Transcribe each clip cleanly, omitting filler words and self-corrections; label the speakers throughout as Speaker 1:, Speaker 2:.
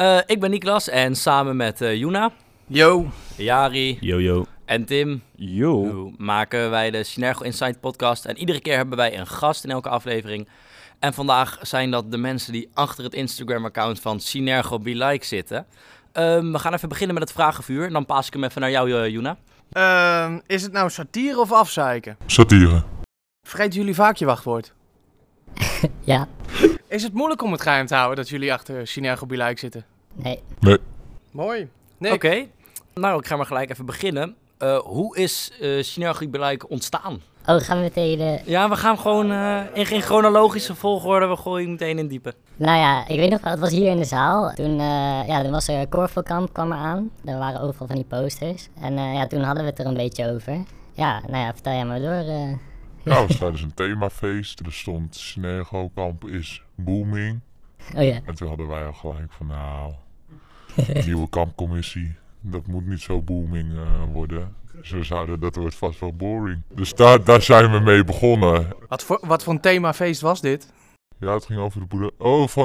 Speaker 1: Ik ben Niklas en samen met Juna,
Speaker 2: Yo.
Speaker 1: Jari
Speaker 3: Yo.
Speaker 1: en Tim maken wij de Synergo Insight podcast. En iedere keer hebben wij een gast in elke aflevering. En vandaag zijn dat de mensen die achter het Instagram-account van Synergo Be Like zitten. We gaan even beginnen met het vragenvuur. En dan paas ik hem even naar jou, Juna.
Speaker 2: Is het nou satire of afzeiken?
Speaker 4: Satire.
Speaker 2: Vergeten jullie vaak je wachtwoord?
Speaker 5: Ja.
Speaker 2: Is het moeilijk om het geheim te houden dat jullie achter Synergo Be Like zitten?
Speaker 5: Nee.
Speaker 2: Mooi. Nee.
Speaker 1: Oké. Nou, ik ga maar gelijk even beginnen. Hoe is Synergo Be Like ontstaan?
Speaker 5: Oh, gaan we meteen...
Speaker 1: Ja, we gaan gewoon in geen chronologische volgorde. We gooien meteen in diepe.
Speaker 5: Nou ja, ik weet nog wel, het was hier in de zaal. Toen was er Korfbalkamp kwam eraan. Er waren overal van die posters. En toen hadden we het er een beetje over. Ja, nou ja, vertel jij maar door.
Speaker 4: Ja, het was tijdens een themafeest. Er stond Synergo Kamp is booming.
Speaker 5: Oh ja.
Speaker 4: En toen hadden wij al gelijk van nieuwe kampcommissie. Dat moet niet zo booming worden. Ze zouden, dat wordt vast wel boring. Dus daar zijn we mee begonnen.
Speaker 2: Wat voor een themafeest was dit?
Speaker 4: Ja, het ging over de boerderij. Oh, van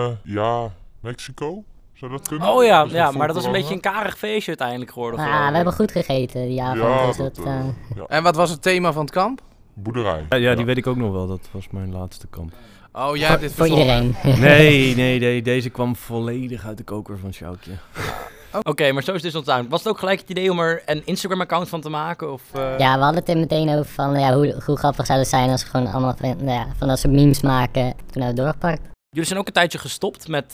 Speaker 4: Mexico? Zou dat kunnen?
Speaker 1: Oh ja,
Speaker 4: Is
Speaker 1: maar dat was een beetje een karig feestje uiteindelijk geworden.
Speaker 5: Nou, we hebben goed gegeten die avond.
Speaker 4: Ja,
Speaker 5: dus
Speaker 4: ja.
Speaker 2: En wat was het thema van het kamp?
Speaker 4: Boerderij.
Speaker 3: Ja, die weet ik ook nog wel. Dat was mijn laatste kamp.
Speaker 2: Oh, jij hebt dit
Speaker 5: voor
Speaker 2: verzorgd.
Speaker 5: iedereen.
Speaker 3: Nee. Deze kwam volledig uit de koker van Sjoukje.
Speaker 1: Oké, maar zo is het dus ontstaan. Was het ook gelijk het idee om er een Instagram-account van te maken? Of,
Speaker 5: Ja, we hadden het er meteen over van hoe grappig zou het zijn als we gewoon allemaal van dat soort memes maken. Toen hebben we het doorgepakt.
Speaker 1: Jullie zijn ook een tijdje gestopt met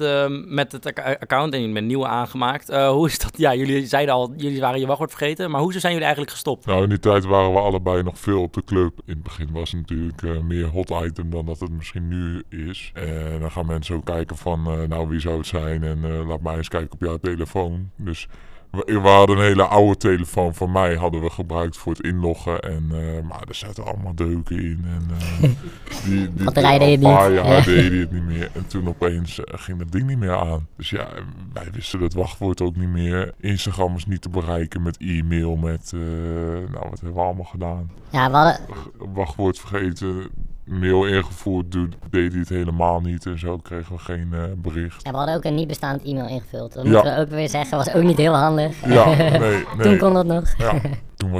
Speaker 1: het account en jullie hebben een nieuwe aangemaakt. Hoe is dat? Ja, jullie zeiden al, jullie waren je wachtwoord vergeten. Maar hoe zijn jullie eigenlijk gestopt?
Speaker 4: Nou, in die tijd waren we allebei nog veel op de club. In het begin was het natuurlijk meer hot item dan dat het misschien nu is. En dan gaan mensen ook kijken van, wie zou het zijn? En laat mij eens kijken op jouw telefoon. Dus we hadden een hele oude telefoon van mij hadden we gebruikt voor het inloggen. Maar er zaten allemaal deuken in. En die
Speaker 5: Batterij deed het
Speaker 4: een paar
Speaker 5: niet.
Speaker 4: jaar deed hij het niet meer. En toen opeens ging dat ding niet meer aan. Dus ja, wij wisten het wachtwoord ook niet meer. Instagram is niet te bereiken met e-mail, met... wat hebben we allemaal gedaan?
Speaker 5: Ja, we hadden...
Speaker 4: Wachtwoord vergeten, mail ingevoerd, deed hij het helemaal niet. En zo kregen we geen bericht.
Speaker 5: Ja, we hadden ook een niet bestaand e-mail ingevuld. Dat
Speaker 4: Ja.
Speaker 5: moeten we ook weer zeggen, was ook niet heel handig.
Speaker 4: Ja, nee.
Speaker 5: Toen kon dat nog.
Speaker 4: Ja. Toen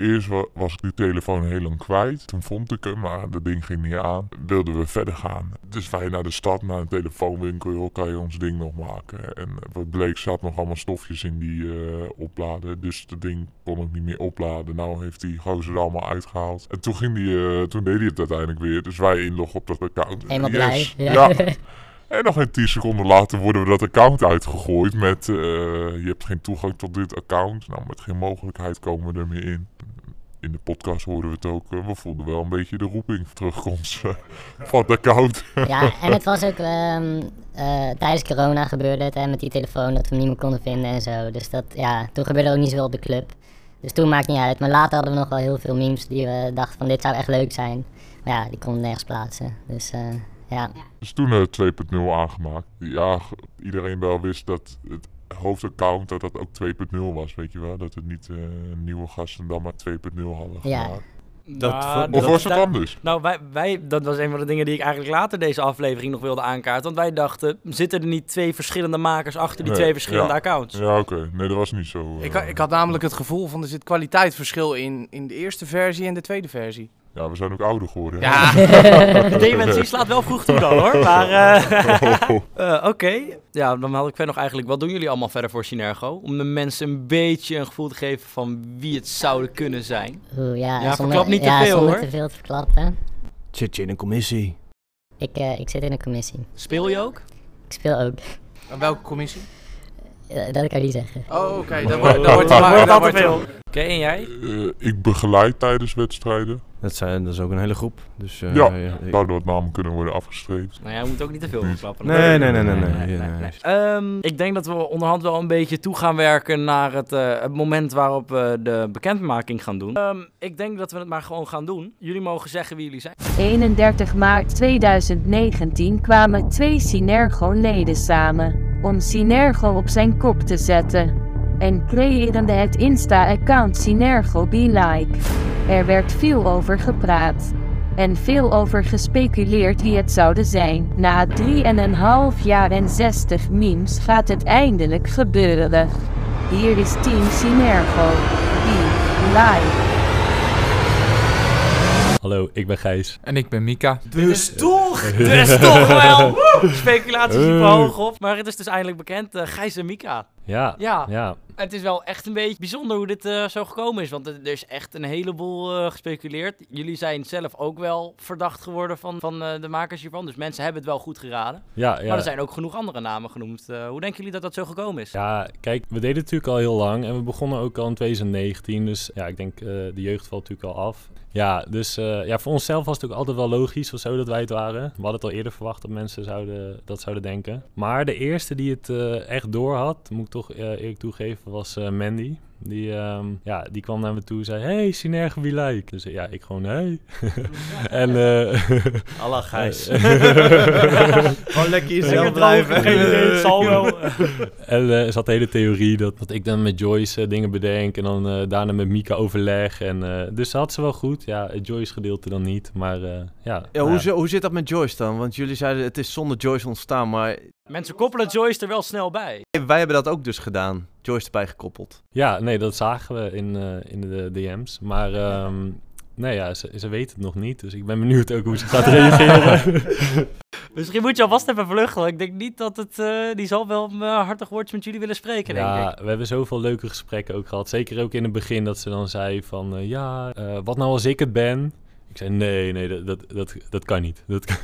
Speaker 4: was ik die telefoon heel lang kwijt. Toen vond ik hem, maar dat ding ging niet aan. Wilden we verder gaan. Dus wij naar de stad, naar een telefoonwinkel. Joh, kan je ons ding nog maken? En wat bleek, zat nog allemaal stofjes in die oplader. Dus dat ding kon ik niet meer opladen. Nou heeft die gozer er allemaal uitgehaald. En toen deed hij het uiteindelijk weer. Dus wij inloggen op dat account.
Speaker 5: Helemaal blij.
Speaker 4: Ja. En nog geen 10 seconden later worden we dat account uitgegooid met... je hebt geen toegang tot dit account. Nou, met geen mogelijkheid komen we er meer in. In de podcast hoorden we het ook. We voelden wel een beetje de roeping voor terugkomst van het account.
Speaker 5: Ja, en het was ook tijdens corona gebeurde het met die telefoon dat we hem niet meer konden vinden en zo. Dus toen gebeurde ook niet zoveel op de club. Dus toen maakt het niet uit. Maar later hadden we nog wel heel veel memes die we dachten van dit zou echt leuk zijn. Maar ja, die konden nergens plaatsen. Dus ja.
Speaker 4: Dus toen 2.0 aangemaakt. Ja, iedereen wel wist dat het hoofdaccount dat ook 2.0 was, weet je wel. Dat het niet nieuwe gasten dan maar 2.0 hadden gemaakt. Of was het anders?
Speaker 1: Nou, dat was een van de dingen die ik eigenlijk later deze aflevering nog wilde aankaarten. Want wij dachten, zitten er niet 2 verschillende makers achter die 2 verschillende accounts?
Speaker 4: Ja, oké. Nee, dat was niet zo.
Speaker 2: Ik had namelijk het gevoel van er zit kwaliteitsverschil in de eerste versie en de tweede versie.
Speaker 4: Ja, we zijn ook ouder geworden.
Speaker 2: Ja.
Speaker 1: De dementie slaat wel vroeg toe dan, hoor. Maar oké. Ja, dan had ik verder nog eigenlijk... Wat doen jullie allemaal verder voor Synergo? Om de mensen een beetje een gevoel te geven van wie het zouden kunnen zijn.
Speaker 5: Verklap
Speaker 1: niet te veel, hoor.
Speaker 5: Zonder te veel te verklappen.
Speaker 3: Zit je in een commissie?
Speaker 5: Ik zit in een commissie.
Speaker 1: Speel je ook?
Speaker 5: Ik speel ook.
Speaker 2: En welke commissie?
Speaker 5: Dat kan ik niet zeggen.
Speaker 2: Oh, oké. Dat wordt te veel.
Speaker 1: Oké, en jij?
Speaker 4: Ik begeleid tijdens wedstrijden.
Speaker 3: Dat is ook een hele groep. Dus,
Speaker 4: zouden wat namen kunnen worden afgestreept.
Speaker 1: Nou ja, we moeten ook niet te veel verklappen.
Speaker 3: Nee.
Speaker 1: Ik denk dat we onderhand wel een beetje toe gaan werken naar het moment waarop we de bekendmaking gaan doen. Ik denk dat we het maar gewoon gaan doen. Jullie mogen zeggen wie jullie zijn.
Speaker 6: 31 maart 2019 kwamen 2 Synergo-leden samen om Synergo op zijn kop te zetten en creëerde het Insta-account Synergo Be Like. Er werd veel over gepraat. en veel over gespeculeerd wie het zouden zijn. Na 3,5 jaar en 60 memes gaat het eindelijk gebeuren. Hier is Team Synergo. Be live.
Speaker 3: Hallo, ik ben Gijs.
Speaker 7: En ik ben Mika.
Speaker 1: Dus toch wel. Woe! Speculaties super hoog op. Maar het is dus eindelijk bekend. Gijs en Mika.
Speaker 3: Ja.
Speaker 1: Het is wel echt een beetje bijzonder hoe dit zo gekomen is. Want er is echt een heleboel gespeculeerd. Jullie zijn zelf ook wel verdacht geworden van de makers hiervan. Dus mensen hebben het wel goed geraden.
Speaker 3: Ja.
Speaker 1: Maar er zijn ook genoeg andere namen genoemd. Hoe denken jullie dat dat zo gekomen is?
Speaker 3: Ja, kijk, we deden het natuurlijk al heel lang en we begonnen ook al in 2019. Dus ja, ik denk de jeugd valt natuurlijk al af. Ja, dus voor onszelf was het ook altijd wel logisch of zo dat wij het waren. We hadden het al eerder verwacht dat mensen dat zouden denken. Maar de eerste die het echt door had, moet ik toch eerlijk toegeven, was Mandy. Die kwam naar me toe en zei, hey, Synergo Be Like. Dus ja, ik gewoon, hey. En
Speaker 8: Allah Gijs.
Speaker 3: Gewoon
Speaker 8: lekker jezelf blijven.
Speaker 3: Geen idee, het zal wel. En ze had de hele theorie dat ik dan met Joyce dingen bedenk en dan daarna met Mika overleg. En dus had ze wel goed. Ja, het Joyce gedeelte dan niet, maar
Speaker 8: Hoe zit dat met Joyce dan? Want jullie zeiden het is zonder Joyce ontstaan, maar
Speaker 1: Mensen koppelen Joyce er wel snel bij.
Speaker 8: wij hebben dat ook dus gedaan. Joyce erbij gekoppeld.
Speaker 3: Ja, nee, dat zagen we in de DM's. Maar ze weten het nog niet. Dus ik ben benieuwd ook hoe ze gaat reageren.
Speaker 1: Misschien moet je alvast even vluchten. Ik denk niet dat het... die zal wel hartig woordjes met jullie willen spreken, denk ik.
Speaker 3: Ja, we hebben zoveel leuke gesprekken ook gehad. Zeker ook in het begin dat ze dan zei van... wat nou als ik het ben? Ik zei, nee, dat kan niet. Dat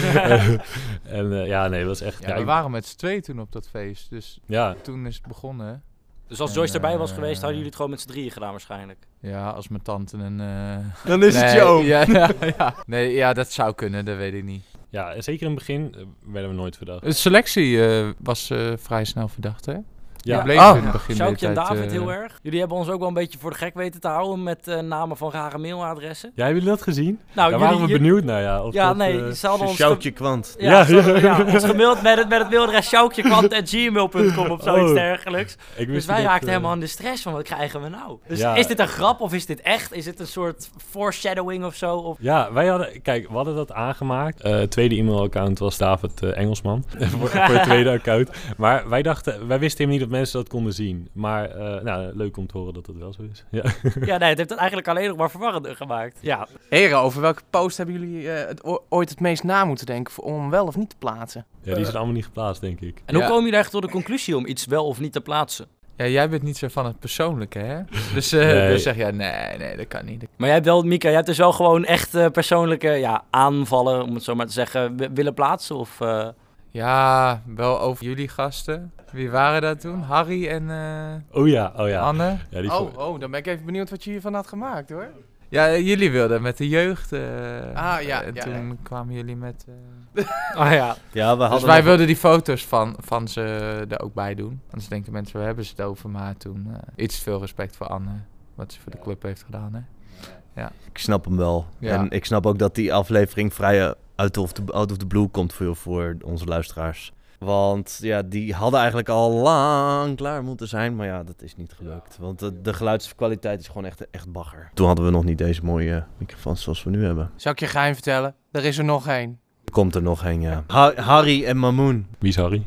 Speaker 3: was echt...
Speaker 7: Ja, we waren met z'n tweeën toen op dat feest. Dus
Speaker 3: ja.
Speaker 7: Toen is het begonnen.
Speaker 1: Dus als Joyce erbij was geweest, hadden jullie het gewoon met z'n drieën gedaan waarschijnlijk.
Speaker 7: Ja, als mijn tante en...
Speaker 8: Dan is het je oom.
Speaker 7: Ja. Nee, ja, dat zou kunnen, dat weet ik niet.
Speaker 3: Ja, en zeker in het begin werden we nooit verdacht.
Speaker 7: De selectie was vrij snel verdacht, hè?
Speaker 3: Ja,
Speaker 7: bleef in het begin
Speaker 1: Sjoukje en David heel erg. Jullie hebben ons ook wel een beetje voor de gek weten te houden met namen van rare mailadressen.
Speaker 3: Ja, hebben jullie dat gezien?
Speaker 1: Nou,
Speaker 3: daar waren we benieuwd naar, ja. Of
Speaker 1: ze hadden ons...
Speaker 8: Sjoukje Kwant.
Speaker 1: Ons gemaild met het mailadres sjoukjekwant@gmail.com of zoiets dergelijks. Dus wij raakten helemaal in de stress van wat krijgen we nou? Dus is dit een grap of is dit echt? Is dit een soort foreshadowing of zo? Of...
Speaker 3: Ja, we hadden dat aangemaakt. Het tweede e-mailaccount was David Engelsman. voor het tweede account. Maar wij wisten helemaal niet dat mensen dat konden zien. Maar leuk om te horen dat het wel zo is. Ja,
Speaker 1: het heeft het eigenlijk alleen nog maar verwarrender gemaakt. Ja.
Speaker 2: Heren, over welke post hebben jullie ooit het meest na moeten denken om wel of niet te plaatsen?
Speaker 3: Ja, die zijn allemaal niet geplaatst, denk ik.
Speaker 1: En hoe komen jullie echt tot de conclusie om iets wel of niet te plaatsen?
Speaker 7: Ja, jij bent niet zo van het persoonlijke, hè? Dus zeg jij, nee, dat kan niet.
Speaker 1: Maar jij hebt wel, Mika, jij hebt dus wel gewoon echt persoonlijke aanvallen, om het zo maar te zeggen, willen plaatsen? Of...
Speaker 7: Ja, wel over jullie gasten. Wie waren dat toen? Harry en
Speaker 3: Oh ja.
Speaker 7: Anne?
Speaker 3: Ja,
Speaker 2: Dan ben ik even benieuwd wat je hiervan had gemaakt, hoor.
Speaker 7: Ja, jullie wilden met de jeugd. Toen kwamen jullie met...
Speaker 8: Ja, we hadden
Speaker 7: dus wij wilden die foto's van ze er ook bij doen. Anders denken mensen, waar hebben ze het over? Maar toen iets te veel respect voor Anne. Wat ze voor de club heeft gedaan, hè? Ja.
Speaker 8: Ik snap hem wel.
Speaker 7: Ja.
Speaker 8: En ik snap ook dat die aflevering vrij out of the blue komt voor onze luisteraars. Want ja, die hadden eigenlijk al lang klaar moeten zijn. Maar ja, dat is niet gelukt. Want de geluidskwaliteit is gewoon echt bagger. Toen hadden we nog niet deze mooie microfoons zoals we nu hebben.
Speaker 2: Zal ik je geheim vertellen? Er is er nog één.
Speaker 8: Er komt er nog één, ja. Harry en Mamoen.
Speaker 3: Wie is Harry?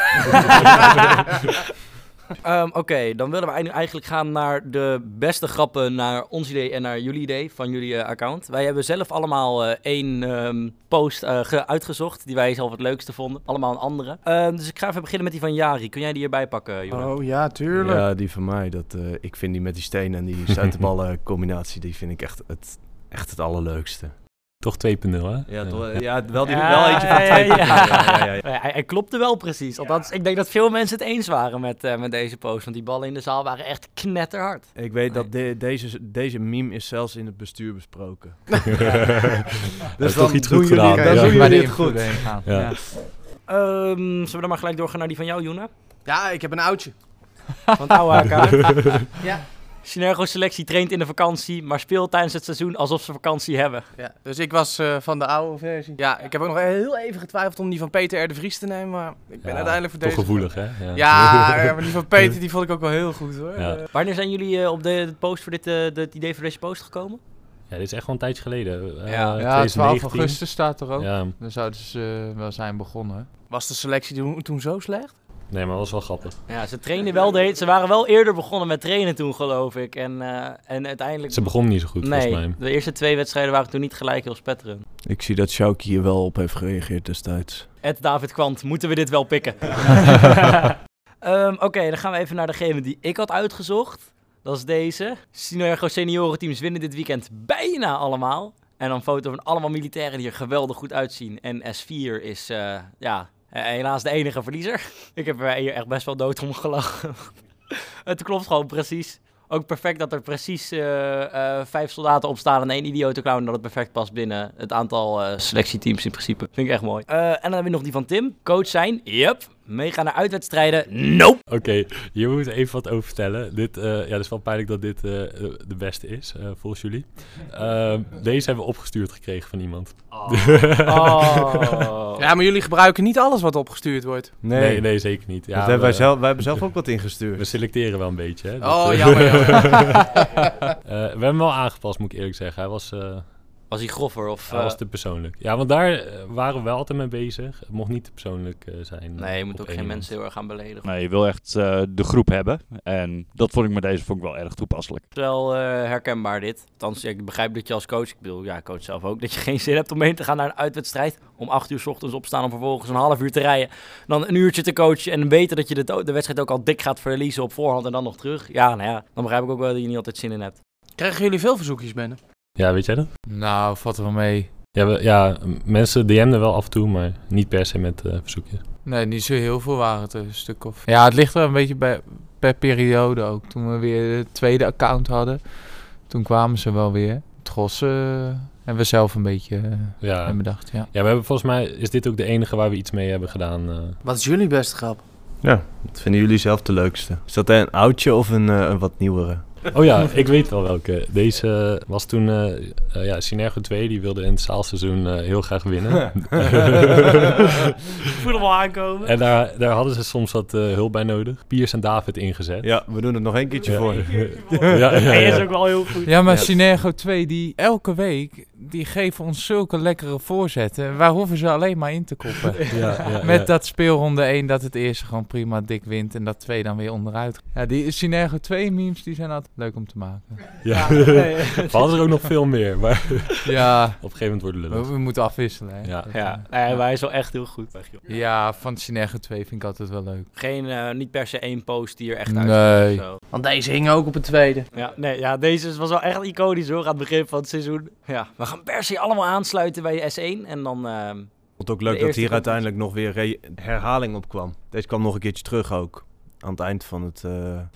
Speaker 1: Oké, dan willen we eigenlijk gaan naar de beste grappen naar ons idee en naar jullie idee van jullie account. Wij hebben zelf allemaal één post uitgezocht die wij zelf het leukste vonden. Allemaal een andere. Dus ik ga even beginnen met die van Jari. Kun jij die hierbij pakken, Johan?
Speaker 2: Oh ja, tuurlijk.
Speaker 8: Ja, die van mij. Ik vind die met die stenen en die stuiterballen combinatie, die vind ik echt het allerleukste.
Speaker 3: Toch 2.0, hè?
Speaker 8: Ja, wel eentje van 2.0.
Speaker 1: Hij klopte wel precies. Althans, ik denk dat veel mensen het eens waren met deze post. Want die ballen in de zaal waren echt knetterhard.
Speaker 8: Ik weet dat deze meme is zelfs in het bestuur besproken.
Speaker 3: Dus dan toch iets goed gedaan.
Speaker 8: Dan doen jullie dit goed.
Speaker 1: Zullen we dan maar gelijk doorgaan naar die van jou, Joena?
Speaker 2: Ja, ik heb een oudje.
Speaker 1: Van het oude account.
Speaker 2: Ja.
Speaker 1: Synergo selectie traint in de vakantie, maar speelt tijdens het seizoen alsof ze vakantie hebben.
Speaker 2: Ja, dus ik was van de oude versie. Ja, ik heb ook nog heel even getwijfeld om die van Peter R. de Vries te nemen, maar ik ben uiteindelijk voor deze.
Speaker 3: Toch gevoelig, hè?
Speaker 2: Ja, maar die van Peter die vond ik ook wel heel goed, hoor.
Speaker 3: Ja.
Speaker 1: Wanneer zijn jullie op de post voor dit idee voor deze post gekomen?
Speaker 3: dit is echt wel een tijdje geleden.
Speaker 1: Ja.
Speaker 7: Ja, 12
Speaker 3: 2019.
Speaker 7: augustus staat er ook.
Speaker 3: Ja,
Speaker 7: Dan zouden ze wel zijn begonnen.
Speaker 2: Was de selectie toen zo slecht?
Speaker 3: nee, maar dat was wel grappig.
Speaker 1: Ja, ze trainen wel. Ze waren wel eerder begonnen met trainen toen, geloof ik. En uiteindelijk...
Speaker 3: Ze begonnen niet zo goed, volgens mij.
Speaker 1: Nee, de eerste 2 wedstrijden waren toen niet gelijk heel spetterend.
Speaker 8: Ik zie dat Schalke hier wel op heeft gereageerd destijds.
Speaker 1: David Kwant, moeten we dit wel pikken? Oké, dan gaan we even naar degene die ik had uitgezocht. Dat is deze. Synergo seniorenteams winnen dit weekend bijna allemaal. En dan een foto van allemaal militairen die er geweldig goed uitzien. En S4 is, helaas de enige verliezer. Ik heb er hier echt best wel dood om gelachen. Het klopt gewoon precies. Ook perfect dat er precies 5 soldaten op staan en 1 idiotenclown. En dat het perfect past binnen het aantal selectieteams in principe. Vind ik echt mooi. En dan hebben we nog die van Tim. Coach zijn. Yep. Meegaan naar uitwedstrijden. Nope.
Speaker 3: Oké, hier moet ik even wat over vertellen. Dit is wel pijnlijk dat dit de beste is, volgens jullie. Deze hebben we opgestuurd gekregen van iemand.
Speaker 2: Ja, maar jullie gebruiken niet alles wat opgestuurd wordt.
Speaker 3: Nee, zeker niet. Ja,
Speaker 8: wij hebben zelf ook wat ingestuurd.
Speaker 3: We selecteren wel een beetje. Hè?
Speaker 2: Jammer.
Speaker 3: We hebben hem wel aangepast, moet ik eerlijk zeggen. Hij was
Speaker 1: hij groffer? Of,
Speaker 3: hij was te persoonlijk. Ja, want daar waren we wel altijd mee bezig. Het mocht niet te persoonlijk zijn.
Speaker 1: Nee, je moet ook geen mensen heel erg gaan beledigen.
Speaker 9: Nee, je wil echt de groep hebben. En dat vond ik met deze wel erg toepasselijk.
Speaker 1: Het is wel herkenbaar dit. Althans, ik begrijp dat je als coach, ik bedoel, ja, coach zelf ook, dat je geen zin hebt om heen te gaan naar een uitwedstrijd. Om 8 uur 's ochtends opstaan om vervolgens een half uur te rijden. Dan een uurtje te coachen en weten dat je de wedstrijd ook al dik gaat verliezen op voorhand en dan nog terug. Ja, nou ja, dan begrijp ik ook wel dat je niet altijd zin in hebt.
Speaker 2: Krijgen jullie veel verzoekjes binnen?
Speaker 3: Ja, weet jij dat?
Speaker 7: Nou, valt er wel mee.
Speaker 3: Ja, mensen DM'den wel af en toe, maar niet per se met verzoekjes.
Speaker 7: Nee, niet zo heel veel waren het, een stuk of... Ja, het ligt er een beetje per periode ook. Toen we weer het tweede account hadden, toen kwamen ze wel weer. Het gros hebben we zelf een beetje hebben bedacht, ja.
Speaker 3: Ja, we hebben volgens mij, is dit ook de enige waar we iets mee hebben gedaan.
Speaker 2: Wat is jullie beste grap?
Speaker 8: Ja, wat vinden jullie zelf de leukste? Is dat een oudje of een wat nieuwere?
Speaker 3: Oh ja, ik weet wel welke. Deze was toen, Synergo 2, die wilde in het zaalseizoen heel graag winnen.
Speaker 1: Ik voel hem al aankomen.
Speaker 3: En daar hadden ze soms wat hulp bij nodig. Piers en David ingezet.
Speaker 8: Ja, we doen het nog 1 keertje voor.
Speaker 1: Hij is ook wel heel goed.
Speaker 7: Ja, maar Synergo 2, die elke week, die geven ons zulke lekkere voorzetten. Waar hoeven ze alleen maar in te koppen. Met dat speelronde 1, dat het eerste gewoon prima dik wint en dat 2 dan weer onderuit. Ja, die Synergo 2 memes, die zijn altijd leuk om te maken.
Speaker 3: Ja, we hadden er ook nog veel meer, maar
Speaker 7: ja,
Speaker 3: op een gegeven moment worden lullig.
Speaker 7: We moeten afwisselen. Hè?
Speaker 1: Ja, maar hij is wel echt heel goed.
Speaker 7: Ja, van Synergo 2 vind ik altijd wel leuk.
Speaker 1: Geen, niet per se 1 post die er echt uit.
Speaker 7: Nee.
Speaker 1: Zo.
Speaker 2: Want deze hing ook op het tweede.
Speaker 1: Ja, deze was wel echt iconisch hoor, aan het begin van het seizoen. Ja, we gaan per se allemaal aansluiten bij S1 en dan...
Speaker 8: Ik vond het ook leuk dat hier uiteindelijk nog weer herhaling op kwam. Deze kwam nog een keertje terug ook. Aan het eind van het...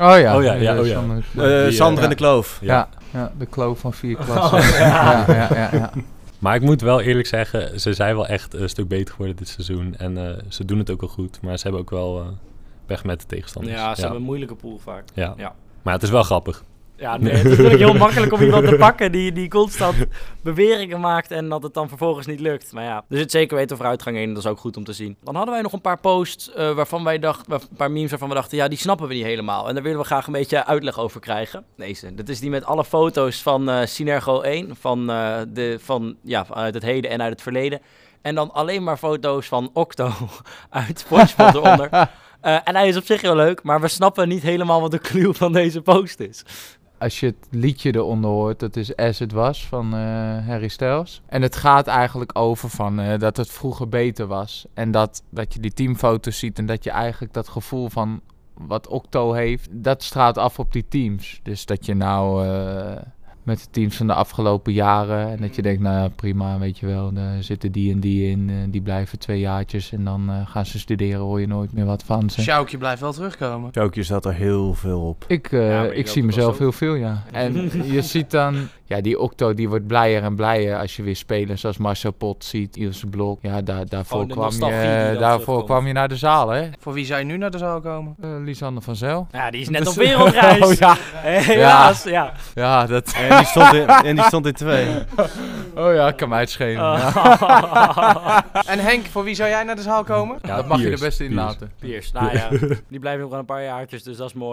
Speaker 8: Sander en de Kloof.
Speaker 7: Ja, de Kloof van 4 klassen. Ja.
Speaker 3: Maar ik moet wel eerlijk zeggen, ze zijn wel echt een stuk beter geworden dit seizoen. En ze doen het ook wel goed, maar ze hebben ook wel pech met de tegenstanders.
Speaker 1: Ja, ze hebben een moeilijke pool vaak.
Speaker 3: Ja. Maar het is wel grappig.
Speaker 1: Ja, nee, het is natuurlijk heel makkelijk om iemand te pakken die constant beweringen maakt en dat het dan vervolgens niet lukt. Maar ja, er zit zeker weten vooruitgang in, dat is ook goed om te zien. Dan hadden wij nog een paar posts waarvan wij dachten, een paar memes waarvan we dachten, ja, die snappen we niet helemaal. En daar willen we graag een beetje uitleg over krijgen. Deze, dat is die met alle foto's van Synergo 1, uit het heden en uit het verleden. En dan alleen maar foto's van Octo uit SpongeBob eronder. En hij is op zich heel leuk, maar we snappen niet helemaal wat de clue van deze post is.
Speaker 7: Als je het liedje eronder hoort, dat is As It Was van Harry Styles. En het gaat eigenlijk over van dat het vroeger beter was. En dat je die teamfoto's ziet en dat je eigenlijk dat gevoel van wat Octo heeft, dat straalt af op die teams. Dus dat je nou met de teams van de afgelopen jaren en dat je denkt, nou ja, prima, weet je wel, daar zitten die en die in, die blijven 2 jaartjes en dan gaan ze studeren, hoor je nooit meer wat van ze.
Speaker 2: Sjoukje blijft wel terugkomen.
Speaker 8: Sjoukje staat er heel veel op.
Speaker 7: Ik zie mezelf heel veel, ja. En je ziet dan, ja, die Octo die wordt blijer en blijer als je weer spelers zoals Marcel Pot ziet, Ilse Blok. Ja, daarvoor kwam je naar de zaal, hè.
Speaker 2: Voor wie zou je nu naar de zaal komen?
Speaker 7: Lisanne van Zijl.
Speaker 1: Ja, die is net op wereldreis.
Speaker 7: Oh, ja.
Speaker 1: Helaas, ja.
Speaker 7: Ja, dat...
Speaker 8: En die stond in 2.
Speaker 7: Oh ja, kan mij het schelen.
Speaker 2: En Henk, voor wie zou jij naar de zaal komen?
Speaker 7: Ja, dat mag je er best in laten.
Speaker 1: Piers, nou ja, die blijven nog wel een paar jaartjes, dus dat is mooi.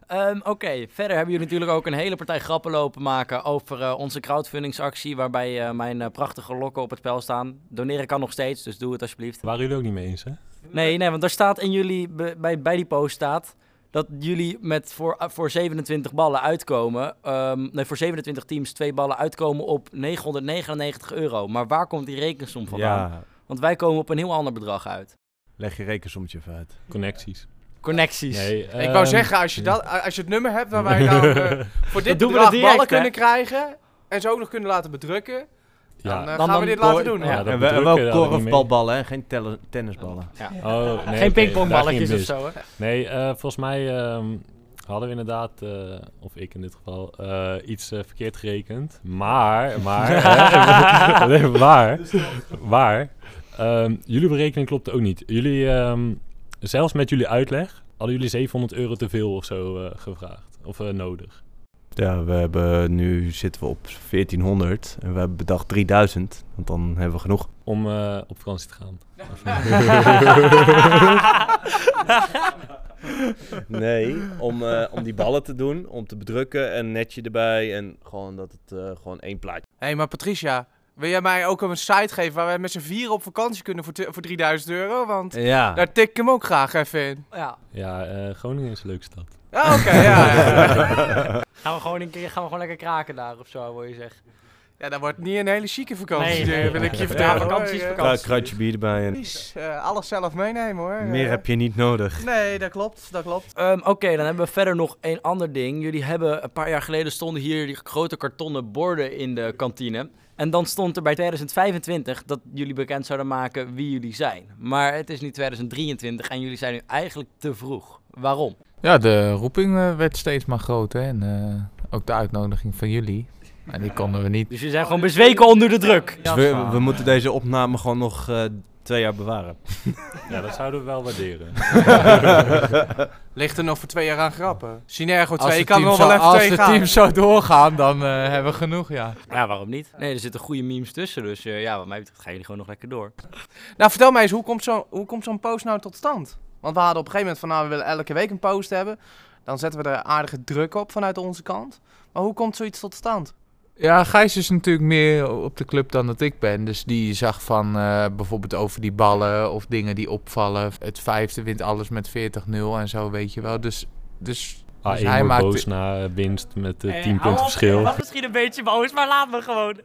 Speaker 1: Oké, verder hebben jullie natuurlijk ook een hele partij grappen lopen maken over onze crowdfundingsactie, waarbij mijn prachtige lokken op het spel staan. Doneren kan nog steeds, dus doe het alsjeblieft.
Speaker 3: Waren jullie ook niet mee eens, hè?
Speaker 1: Nee, want daar staat in jullie, bij die post staat dat jullie met voor 27 ballen uitkomen, voor 27 teams 2 ballen uitkomen op €999. Maar waar komt die rekensom vandaan?
Speaker 8: Ja,
Speaker 1: Want wij komen op een heel ander bedrag uit.
Speaker 8: leg je rekensommetje even uit.
Speaker 3: Connecties.
Speaker 1: Nee,
Speaker 2: Ik wou zeggen, als je het nummer hebt waar wij dan voor dit
Speaker 1: doen we
Speaker 2: bedrag
Speaker 1: het direct,
Speaker 2: ballen
Speaker 1: hè?
Speaker 2: kunnen krijgen en ze ook nog kunnen laten bedrukken,
Speaker 3: Ja.
Speaker 2: dan gaan we dit laten doen.
Speaker 1: Ja.
Speaker 2: hoor.
Speaker 3: Ja, dat
Speaker 8: En
Speaker 3: bedrukken
Speaker 8: wel
Speaker 3: hadden we niet mee.
Speaker 8: korfbalballen, hè? Geen tennisballen.
Speaker 1: Ja.
Speaker 3: Oh, nee,
Speaker 1: Geen
Speaker 3: oké,
Speaker 1: pingpongballetjes
Speaker 3: daar
Speaker 1: of
Speaker 3: ging
Speaker 1: zo, hè?
Speaker 3: Nee, volgens mij hadden we inderdaad, of ik in dit geval, iets verkeerd gerekend. Maar, jullie berekening klopte ook niet. Jullie, zelfs met jullie uitleg, hadden jullie €700 te veel of zo gevraagd. Of nodig.
Speaker 8: Ja, nu zitten we op 1400 en we hebben bedacht 3000, want dan hebben we genoeg.
Speaker 3: Om op vakantie te gaan.
Speaker 8: Nee, om die ballen te doen, om te bedrukken en netje erbij en gewoon dat het gewoon één plaatje.
Speaker 2: Hé, maar Patricia, wil jij mij ook een site geven waar wij met z'n vieren op vakantie kunnen voor €3000? Want
Speaker 8: Ja.
Speaker 2: daar tik ik hem ook graag even in.
Speaker 1: Ja.
Speaker 3: Ja, Groningen is een leuke stad.
Speaker 2: Ja, oké, ja.
Speaker 1: Gaan we gewoon lekker kraken daar of zo, wil je zeggen?
Speaker 2: Ja, dat wordt niet een hele chique vakantie,
Speaker 1: Nee.
Speaker 2: wil ik je
Speaker 1: Ja,
Speaker 2: vertellen.
Speaker 1: vakantie is
Speaker 2: hoor.
Speaker 1: vakantie.
Speaker 8: Kruidje bier erbij en
Speaker 2: Precies, alles zelf meenemen hoor.
Speaker 8: meer heb je niet nodig.
Speaker 2: Nee, dat klopt.
Speaker 1: Oké, dan hebben we verder nog een ander ding. Jullie hebben een paar jaar geleden stonden hier die grote kartonnen borden in de kantine. En dan stond er bij 2025 dat jullie bekend zouden maken wie jullie zijn. Maar het is nu 2023 en jullie zijn nu eigenlijk te vroeg. Waarom?
Speaker 7: Ja, de roeping werd steeds maar groter. En ook de uitnodiging van jullie. En die konden we niet.
Speaker 1: Dus jullie zijn gewoon bezweken onder de druk.
Speaker 8: Dus we moeten deze opname gewoon nog 2 jaar bewaren.
Speaker 3: Ja, dat zouden we wel waarderen.
Speaker 2: Ligt er nog voor 2 jaar aan grappen? Synergo
Speaker 7: Als
Speaker 2: 2
Speaker 7: het
Speaker 2: kan
Speaker 7: team
Speaker 2: nog
Speaker 7: zo-
Speaker 2: wel even
Speaker 7: als
Speaker 2: 2
Speaker 7: de
Speaker 2: gaan.
Speaker 7: teams zo doorgaan, dan hebben we genoeg, ja.
Speaker 1: Ja, waarom niet? Nee, er zitten goede memes tussen. Dus ja, wat mij betreft gaan jullie gewoon nog lekker door.
Speaker 2: Nou, vertel mij eens, hoe komt zo'n post nou tot stand? Want we hadden op een gegeven moment van, nou, we willen elke week een post hebben. Dan zetten we er aardige druk op vanuit onze kant. Maar hoe komt zoiets tot stand?
Speaker 7: Ja, Gijs is natuurlijk meer op de club dan dat ik ben. Dus die zag van bijvoorbeeld over die ballen of dingen die opvallen. Het 5e wint alles met 40-0 en zo, weet je wel. Dus
Speaker 3: hij
Speaker 7: hij
Speaker 3: wordt
Speaker 7: maakt...
Speaker 3: boos na winst met 10 punten verschil.
Speaker 1: was misschien een beetje boos, maar laat me gewoon.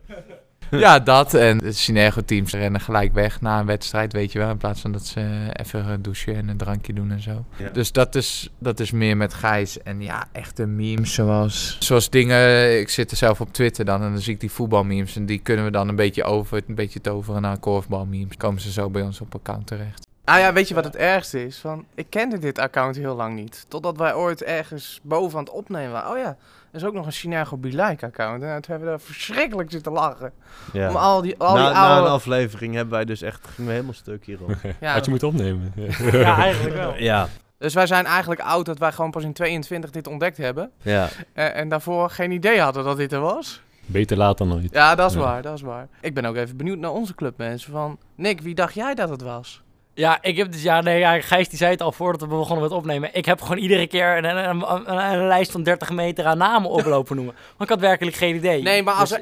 Speaker 7: Ja, dat. En de Synergo-teams rennen gelijk weg na een wedstrijd, weet je wel. In plaats van dat ze even douchen en een drankje doen en zo.
Speaker 8: Ja.
Speaker 7: Dus dat is meer met Gijs. En ja, echte memes zoals dingen... Ik zit er zelf op Twitter dan en dan zie ik die voetbalmemes. En die kunnen we dan een beetje toveren naar korfbalmemes. Komen ze zo bij ons op account terecht.
Speaker 2: Ah ja, weet je wat het ergste is? Van, ik kende dit account heel lang niet. Totdat wij ooit ergens boven aan het opnemen waren. Oh ja, er is ook nog een Synergo Be Like account. En toen hebben we daar verschrikkelijk zitten lachen.
Speaker 8: Ja.
Speaker 2: Om al die
Speaker 8: Na
Speaker 2: oude...
Speaker 8: een aflevering hebben wij dus echt gingen we helemaal stuk hierop.
Speaker 2: Ja,
Speaker 3: Had je moeten opnemen.
Speaker 1: Ja, eigenlijk wel.
Speaker 8: Ja,
Speaker 2: dus wij zijn eigenlijk oud dat wij gewoon pas in 22 dit ontdekt hebben.
Speaker 8: ja.
Speaker 2: En daarvoor geen idee hadden dat dit er was.
Speaker 3: Beter laat dan nooit.
Speaker 2: Ja, dat is
Speaker 3: Ja.
Speaker 2: waar, dat is waar. Ik ben ook even benieuwd naar onze clubmensen. Van, Nick, wie dacht jij dat het was?
Speaker 1: Ja, ik heb dus, Gijs die zei het al voordat we begonnen met opnemen. Ik heb gewoon iedere keer een lijst van 30 meter aan namen oplopen noemen. Want ik had werkelijk geen idee.
Speaker 2: Nee, maar als
Speaker 1: Dus-
Speaker 2: er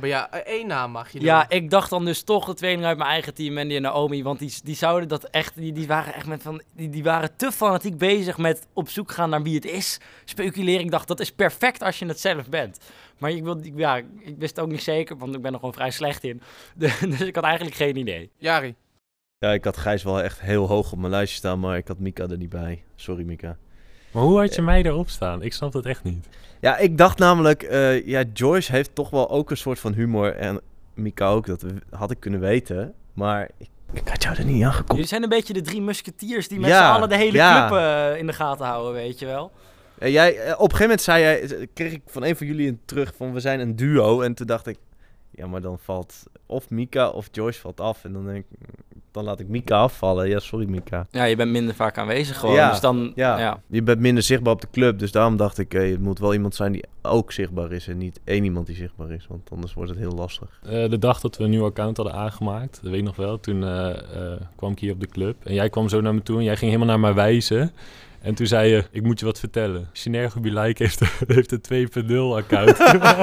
Speaker 2: één naam mag je doen.
Speaker 1: Ja, ik dacht dan dus toch de tweeling uit mijn eigen team, Mandy en Naomi. Want die zouden dat echt, die waren echt met van, die waren te fanatiek bezig met op zoek gaan naar wie het is. Speculeren, ik dacht dat is perfect als je het zelf bent. Maar ik wist het ook niet zeker, want ik ben er gewoon vrij slecht in. Dus ik had eigenlijk geen idee.
Speaker 2: Jari.
Speaker 8: Ja, ik had Gijs wel echt heel hoog op mijn lijstje staan, maar ik had Mika er niet bij. Sorry, Mika.
Speaker 3: Maar hoe had je mij erop staan? Ik snap dat echt niet.
Speaker 8: Ja, ik dacht namelijk, Joyce heeft toch wel ook een soort van humor en Mika ook, dat had ik kunnen weten. Maar ik had jou er niet aangekomen.
Speaker 1: Jullie zijn een beetje de 3 musketiers die met
Speaker 8: Ja,
Speaker 1: z'n allen de hele
Speaker 8: ja.
Speaker 1: club in de gaten houden, weet je wel.
Speaker 8: Op een gegeven moment kreeg ik van een van jullie terug van we zijn een duo. En toen dacht ik, ja, maar dan valt of Mika of Joyce valt af. En dan denk ik, dan laat ik Mika afvallen. Ja, sorry Mika.
Speaker 1: Ja, je bent minder vaak aanwezig gewoon.
Speaker 8: Ja,
Speaker 1: Dus dan,
Speaker 8: ja. Je bent minder zichtbaar op de club. Dus daarom dacht ik, het moet wel iemand zijn die ook zichtbaar is. En niet één iemand die zichtbaar is. Want anders wordt het heel lastig.
Speaker 3: De dag dat we een nieuw account hadden aangemaakt, dat weet ik nog wel, toen kwam ik hier op de club. En jij kwam zo naar me toe en jij ging helemaal naar mij wijzen. En toen zei je, ik moet je wat vertellen. Synergo Be Like heeft een 2.0 account.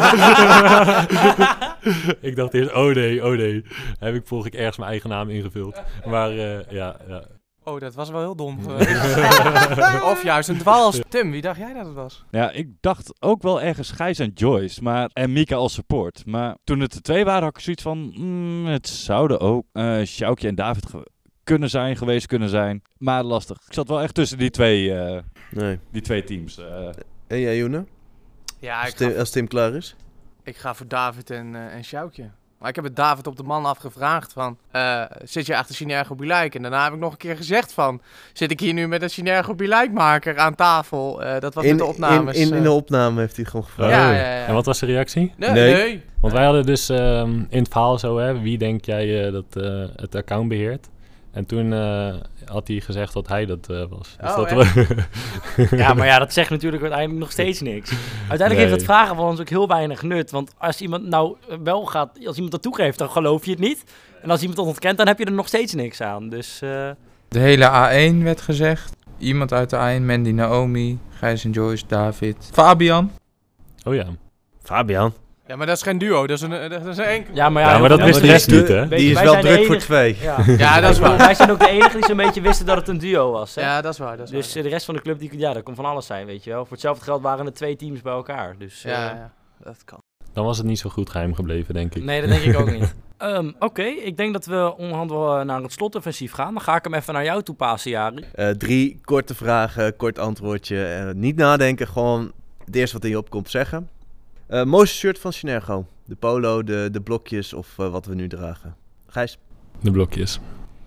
Speaker 3: Ik dacht eerst, oh nee. Volg ik ergens mijn eigen naam ingevuld. Maar ja.
Speaker 2: Oh, dat was wel heel dom. Of juist een dwals. Tim, wie dacht jij dat het was?
Speaker 9: Ja, ik dacht ook wel ergens Gijs en Joyce en Mika als support. Maar toen het er 2 waren, had ik zoiets van... het zouden ook Sjoukje en David kunnen zijn. Maar lastig. Ik zat wel echt tussen die twee teams.
Speaker 8: En jij, Joene?
Speaker 2: Ja,
Speaker 8: Als Tim klaar is?
Speaker 2: ik ga voor David en Sjoukje. Maar ik heb het David op de man afgevraagd van... zit je achter Synergo Be Like? En daarna heb ik nog een keer gezegd van... Zit ik hier nu met een Synergo Be Like maker aan tafel? Dat was met de opnames.
Speaker 8: In de opname heeft hij gewoon gevraagd.
Speaker 2: Ja.
Speaker 3: En wat was de reactie?
Speaker 2: Nee.
Speaker 3: Want wij hadden dus in het verhaal zo, hè, wie denk jij dat het account beheert? En toen had hij gezegd dat hij dat was. Dus
Speaker 1: Ja, maar ja, dat zegt natuurlijk uiteindelijk nog steeds niks. Uiteindelijk heeft het vragen van ons ook heel weinig nut. Want als iemand nou wel gaat, als iemand dat toegeeft, dan geloof je het niet. En als iemand dat ontkent, dan heb je er nog steeds niks aan. Dus,
Speaker 7: De hele A1 werd gezegd. Iemand uit de A1, Mandy, Naomi, Gijs en Joyce, David. Fabian.
Speaker 3: Oh ja.
Speaker 8: Fabian.
Speaker 2: Ja, maar dat is geen duo, dat is een enkel.
Speaker 1: ja, maar
Speaker 3: Ja, maar dat wist de rest niet, hè?
Speaker 8: Die is
Speaker 1: wij
Speaker 8: wel
Speaker 1: zijn de
Speaker 8: druk voor
Speaker 1: enige-
Speaker 8: 2.
Speaker 2: Ja, dat is waar.
Speaker 1: Wij zijn ook de enige die zo'n beetje wisten dat het een duo was. Hè?
Speaker 2: Ja, dat is waar.
Speaker 1: Dus de rest van de club, dat kon van alles zijn, weet je wel. Voor hetzelfde geld waren er 2 teams bij elkaar. Dus,
Speaker 2: Ja, dat kan.
Speaker 3: Dan was het niet zo goed geheim gebleven, denk ik.
Speaker 1: Nee, dat denk ik ook niet. Oké, ik denk dat we onderhand naar het slotoffensief gaan. Dan ga ik hem even naar jou toe passen, Jari.
Speaker 8: 3 korte vragen, kort antwoordje. Niet nadenken, gewoon het eerste wat in je opkomt zeggen. Mooiste shirt van Synergo? De polo, de blokjes of wat we nu dragen? Gijs?
Speaker 3: De blokjes.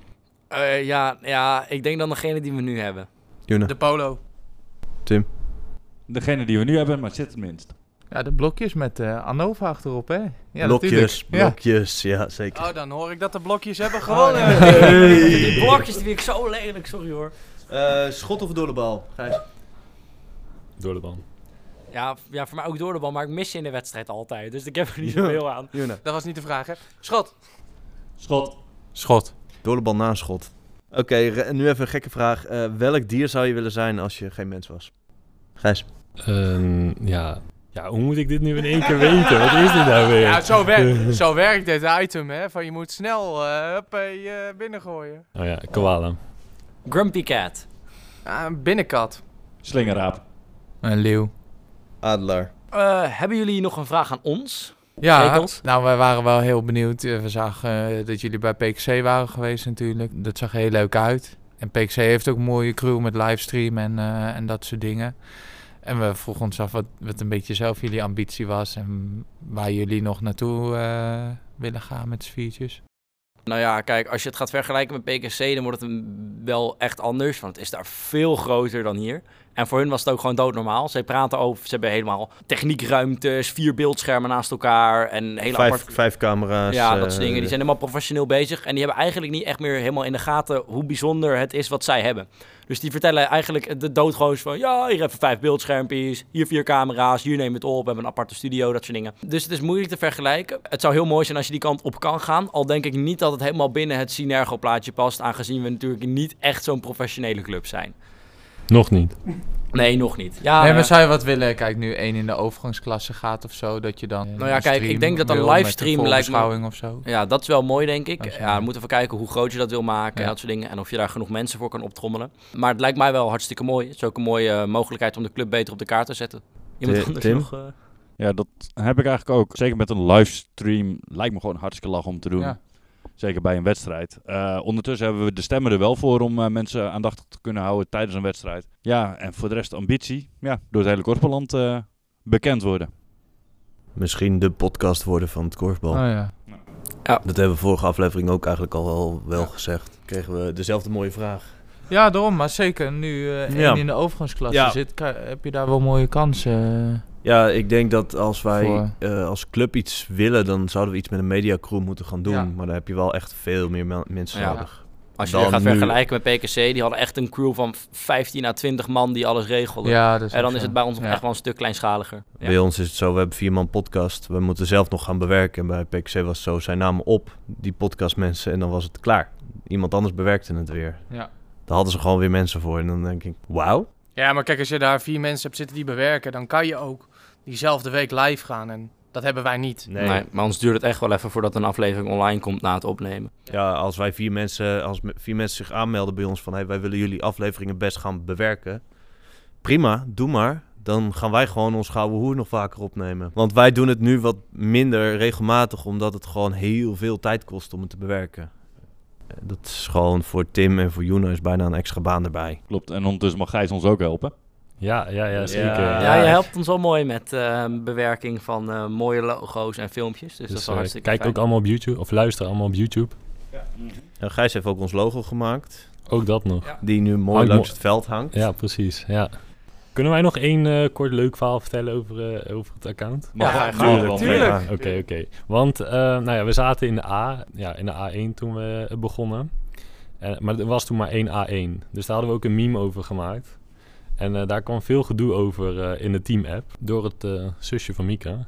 Speaker 1: Ja, ik denk dan degene die we nu hebben.
Speaker 8: Juna?
Speaker 2: De polo.
Speaker 8: Tim?
Speaker 9: Degene die we nu hebben, maar het zit het minst.
Speaker 7: Ja, de blokjes met Anova achterop, hè? Ja, natuurlijk.
Speaker 8: Blokjes, ja zeker.
Speaker 2: Oh, dan hoor ik dat de blokjes hebben gewonnen.
Speaker 1: Die blokjes die vind ik zo lelijk, sorry hoor.
Speaker 8: Schot of door de bal? Gijs?
Speaker 3: Door de bal.
Speaker 1: Ja, voor mij ook door de bal, maar ik mis je in de wedstrijd altijd. Dus ik heb er niet zoveel aan.
Speaker 8: Juna?
Speaker 2: Dat was niet de vraag, hè? Schot.
Speaker 7: Schot.
Speaker 8: Door de bal na een schot. Oké, nu even een gekke vraag. Welk dier zou je willen zijn als je geen mens was? Gijs?
Speaker 3: Ja, hoe moet ik dit nu in één keer weten? Wat is dit nou weer?
Speaker 2: Ja, zo werkt dit item, hè? Van je moet snel binnengooien.
Speaker 3: Oh ja, koala.
Speaker 1: Grumpy Cat.
Speaker 2: Een binnenkat.
Speaker 9: Slingerraap.
Speaker 7: Een leeuw.
Speaker 8: Adelaar.
Speaker 1: Hebben jullie nog een vraag aan ons?
Speaker 7: Ja,
Speaker 1: Rekels?
Speaker 7: nou wij waren wel heel benieuwd. We zagen dat jullie bij PXC waren geweest natuurlijk. Dat zag er heel leuk uit. En PXC heeft ook een mooie crew met livestream en dat soort dingen. En we vroegen ons af wat een beetje zelf jullie ambitie was en waar jullie nog naartoe willen gaan met z'n viertjes.
Speaker 1: Nou ja, kijk, als je het gaat vergelijken met PKC, dan wordt het wel echt anders. Want het is daar veel groter dan hier. En voor hun was het ook gewoon doodnormaal. Ze praten over, ze hebben helemaal techniekruimtes, 4 beeldschermen naast elkaar. En hele
Speaker 8: 5 camera's.
Speaker 1: Ja, dat soort dingen. Die zijn helemaal professioneel bezig. En die hebben eigenlijk niet echt meer helemaal in de gaten hoe bijzonder het is wat zij hebben. Dus die vertellen eigenlijk de doodgoos van... Ja, hier even 5 beeldschermpjes, hier 4 camera's, hier neem je het op. We hebben een aparte studio, dat soort dingen. Dus het is moeilijk te vergelijken. Het zou heel mooi zijn als je die kant op kan gaan. Al denk ik niet dat het helemaal binnen het Synergo-plaatje past. Aangezien we natuurlijk niet echt zo'n professionele club zijn.
Speaker 3: Nog niet.
Speaker 1: Nee, nog niet. Ja,
Speaker 7: Nee, maar zou je wat willen? Kijk, nu 1 in de overgangsklasse gaat of zo, dat je dan...
Speaker 1: Nou ja, kijk, ik denk dat een livestream lijkt me...
Speaker 7: of zo.
Speaker 1: Ja, dat is wel mooi, denk ik.
Speaker 7: Als je-
Speaker 1: Ja, we moeten even kijken hoe groot je dat wil maken en dat soort dingen. En of je daar genoeg mensen voor kan optrommelen. Maar het lijkt mij wel hartstikke mooi. Het is ook een mooie mogelijkheid om de club beter op de kaart te zetten. Iemand anders
Speaker 8: Tim?
Speaker 1: nog...
Speaker 9: Ja, dat heb ik eigenlijk ook. Zeker met een livestream lijkt me gewoon hartstikke lach om te doen.
Speaker 7: Ja.
Speaker 9: Zeker bij een wedstrijd. Ondertussen hebben we de stemmen er wel voor om mensen aandachtig te kunnen houden tijdens een wedstrijd. Ja, en voor de rest ambitie. Ja, door het hele korfballand bekend worden.
Speaker 8: Misschien de podcast worden van het korfbal.
Speaker 7: Oh ja.
Speaker 8: Dat hebben we vorige aflevering ook eigenlijk al wel gezegd. Kregen we dezelfde mooie vraag.
Speaker 7: Ja, daarom. Maar zeker nu 1 in de overgangsklasse zit, heb je daar wel mooie kansen.
Speaker 8: Ja, ik denk dat als wij
Speaker 7: Voor-
Speaker 8: als club iets willen, dan zouden we iets met een mediacrew moeten gaan doen.
Speaker 7: Ja.
Speaker 8: Maar dan heb je wel echt veel meer mensen
Speaker 1: Ja.
Speaker 8: nodig.
Speaker 1: Als je
Speaker 8: Dan
Speaker 1: dit gaat
Speaker 8: nu-
Speaker 1: vergelijken met PKC, die hadden echt een crew van 15 à 20 man die alles regelden.
Speaker 7: Ja, dat is
Speaker 1: En
Speaker 7: ook
Speaker 1: dan
Speaker 7: zo.
Speaker 1: is het bij ons nog
Speaker 7: Ja.
Speaker 1: echt wel een stuk kleinschaliger. Ja.
Speaker 8: Bij ons is het zo, we hebben 4 man podcast. We moeten zelf nog gaan bewerken. En bij PXC was het zo, zij namen op die podcastmensen en dan was het klaar. Iemand anders bewerkte het weer.
Speaker 7: Ja.
Speaker 8: Daar hadden ze gewoon weer mensen voor. En dan denk ik, wauw.
Speaker 2: Ja, maar kijk, als je daar 4 mensen hebt zitten die bewerken, dan kan je ook diezelfde week live gaan. En dat hebben wij niet.
Speaker 8: Nee.
Speaker 1: Nee, maar ons duurt het echt wel even voordat een aflevering online komt na het opnemen.
Speaker 8: Ja, als 4 mensen zich aanmelden bij ons van... Hey, wij willen jullie afleveringen best gaan bewerken. Prima, doe maar. Dan gaan wij gewoon ons gouden hoer nog vaker opnemen. Want wij doen het nu wat minder regelmatig... omdat het gewoon heel veel tijd kost om het te bewerken. Dat is gewoon voor Tim en voor Juno is bijna een extra baan erbij.
Speaker 9: Klopt, en ondertussen mag Gijs ons ook helpen.
Speaker 3: Ja, zeker.
Speaker 1: Ja, je helpt ons wel mooi met bewerking van mooie logo's en filmpjes. Dus dat is wel hartstikke
Speaker 3: kijk
Speaker 1: fijn.
Speaker 3: ook allemaal op YouTube, of luister allemaal op YouTube.
Speaker 8: Gijs heeft ook ons logo gemaakt.
Speaker 3: Ook dat nog.
Speaker 1: Ja.
Speaker 8: Die nu mooi
Speaker 3: Hangt
Speaker 8: langs het veld hangt.
Speaker 3: Ja, precies. Ja. Kunnen wij nog één kort leuk verhaal vertellen over het account?
Speaker 1: Ja,
Speaker 2: tuurlijk.
Speaker 3: Oké. Want we zaten in de A1 toen we begonnen. Maar er was toen maar één A1. Dus daar hadden we ook een meme over gemaakt. En daar kwam veel gedoe over in de team-app. Door het zusje van Mika.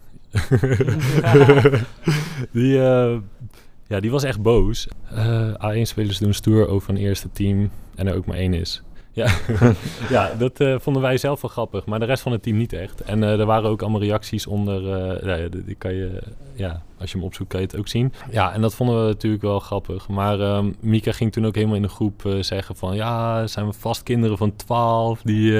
Speaker 3: Die was echt boos. A1-spelers doen stoer over een eerste team en er ook maar één is. Ja, dat vonden wij zelf wel grappig, maar de rest van het team niet echt. En er waren ook allemaal reacties onder, die kan je, als je hem opzoekt kan je het ook zien. Ja, en dat vonden we natuurlijk wel grappig. Maar Mika ging toen ook helemaal in de groep zeggen van, ja, zijn we vast kinderen van 12 die...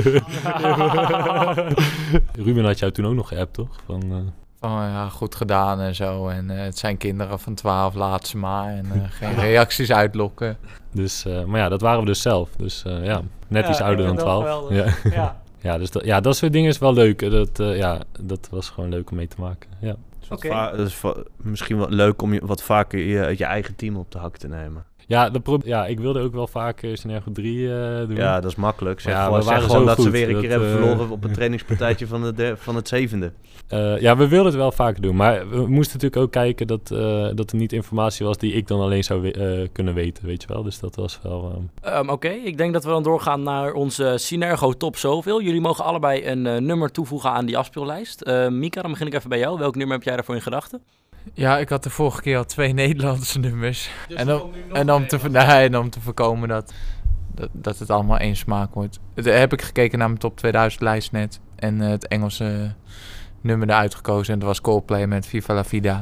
Speaker 3: Ruben had jou toen ook nog geappt, toch?
Speaker 7: Goed gedaan en zo. En het zijn kinderen van 12, laat ze maar. En geen reacties uitlokken.
Speaker 3: Dus, maar ja, dat waren we dus zelf. Dus net iets ouder dan 12. Ja, dus dat soort dingen is wel leuk. Dat was gewoon leuk om mee te maken. Ja.
Speaker 8: Dus misschien wel leuk om wat vaker je eigen team op de hak te nemen.
Speaker 3: Ja, ik wilde ook wel vaker Synergo 3 doen.
Speaker 8: Ja, dat is makkelijk. Zeg
Speaker 3: we waren
Speaker 8: gewoon
Speaker 3: zo
Speaker 8: dat
Speaker 3: goed.
Speaker 8: Ze weer een keer hebben verloren op een trainingspartijtje van het 7e.
Speaker 3: We wilden het wel vaker doen. Maar we moesten natuurlijk ook kijken dat er niet informatie was die ik dan alleen zou kunnen weten, weet je wel. Dus dat was wel...
Speaker 1: Oké, ik denk dat we dan doorgaan naar onze Synergo Top Zoveel. Jullie mogen allebei een nummer toevoegen aan die afspeellijst. Mika, dan begin ik even bij jou. Welk nummer heb jij daarvoor in gedachten?
Speaker 7: Ja, ik had de vorige keer al 2 Nederlandse nummers. Dus om te voorkomen dat het allemaal één smaak wordt. Heb ik gekeken naar mijn top 2000 lijst net. En het Engelse nummer eruit gekozen. En dat was Coldplay met Viva la Vida.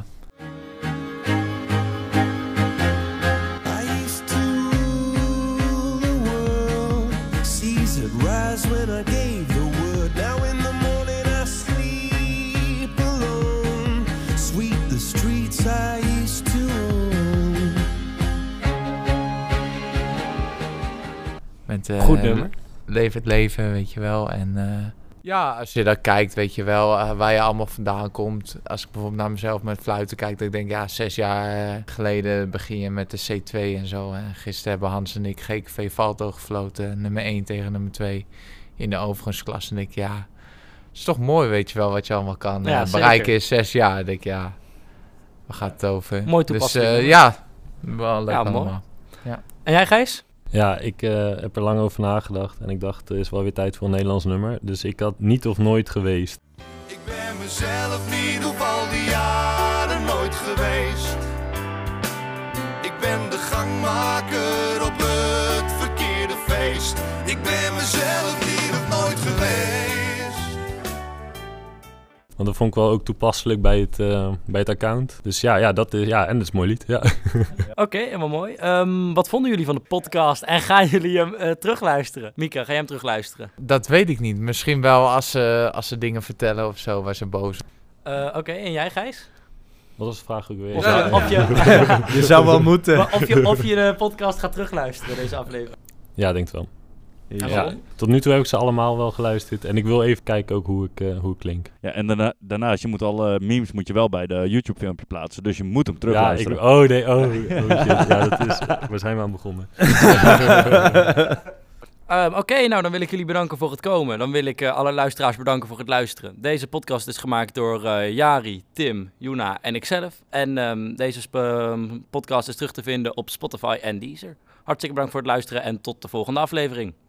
Speaker 1: Goed nummer.
Speaker 7: Leef het leven, weet je wel. En als je dat kijkt, weet je wel, waar je allemaal vandaan komt. Als ik bijvoorbeeld naar mezelf met fluiten kijk, dan denk ik, 6 jaar geleden begin je met de C2 en zo. En gisteren hebben Hans en ik GKV Valto gefloten, nummer 1 tegen nummer 2 in de overigens En ik, het is toch mooi, weet je wel, wat je allemaal kan bereiken in 6 jaar. Dan denk ik, waar gaat het over?
Speaker 1: Mooi toepassing.
Speaker 7: Dus wel leuk allemaal.
Speaker 1: Mooi. Ja. En jij, Gijs?
Speaker 3: Ja, ik heb er lang over nagedacht en ik dacht, er is wel weer tijd voor een Nederlands nummer. Dus ik had Niet of Nooit geweest.
Speaker 10: Ik ben mezelf niet op al die jaren nooit geweest. Ik ben de gangmaker op het verkeerde feest. Ik ben mezelf niet of nooit geweest.
Speaker 3: Want dat vond ik wel ook toepasselijk bij het account. Dus en dat is een mooi lied. Ja.
Speaker 1: Oké, helemaal mooi. Wat vonden jullie van de podcast en gaan jullie hem terugluisteren? Mika, ga jij hem terugluisteren?
Speaker 7: Dat weet ik niet. Misschien wel als ze dingen vertellen of zo, waar ze boos.
Speaker 1: Oké, en jij, Gijs?
Speaker 3: Wat was de vraag ook weer?
Speaker 8: Je zou wel moeten.
Speaker 1: Of je de podcast gaat terugluisteren, deze aflevering.
Speaker 3: Ja, denk het wel.
Speaker 1: Ja.
Speaker 3: Tot nu toe heb ik ze allemaal wel geluisterd. En ik wil even kijken ook hoe ik klink.
Speaker 9: Ja, en daarnaast, je moet alle memes wel bij de YouTube-filmpje plaatsen. Dus je moet hem terugluisteren.
Speaker 3: Shit. Ja, dat is... Waar zijn we aan begonnen?
Speaker 1: Oké, nou dan wil ik jullie bedanken voor het komen. Dan wil ik alle luisteraars bedanken voor het luisteren. Deze podcast is gemaakt door Jari, Tim, Juna en ikzelf. En deze podcast is terug te vinden op Spotify en Deezer. Hartstikke bedankt voor het luisteren en tot de volgende aflevering.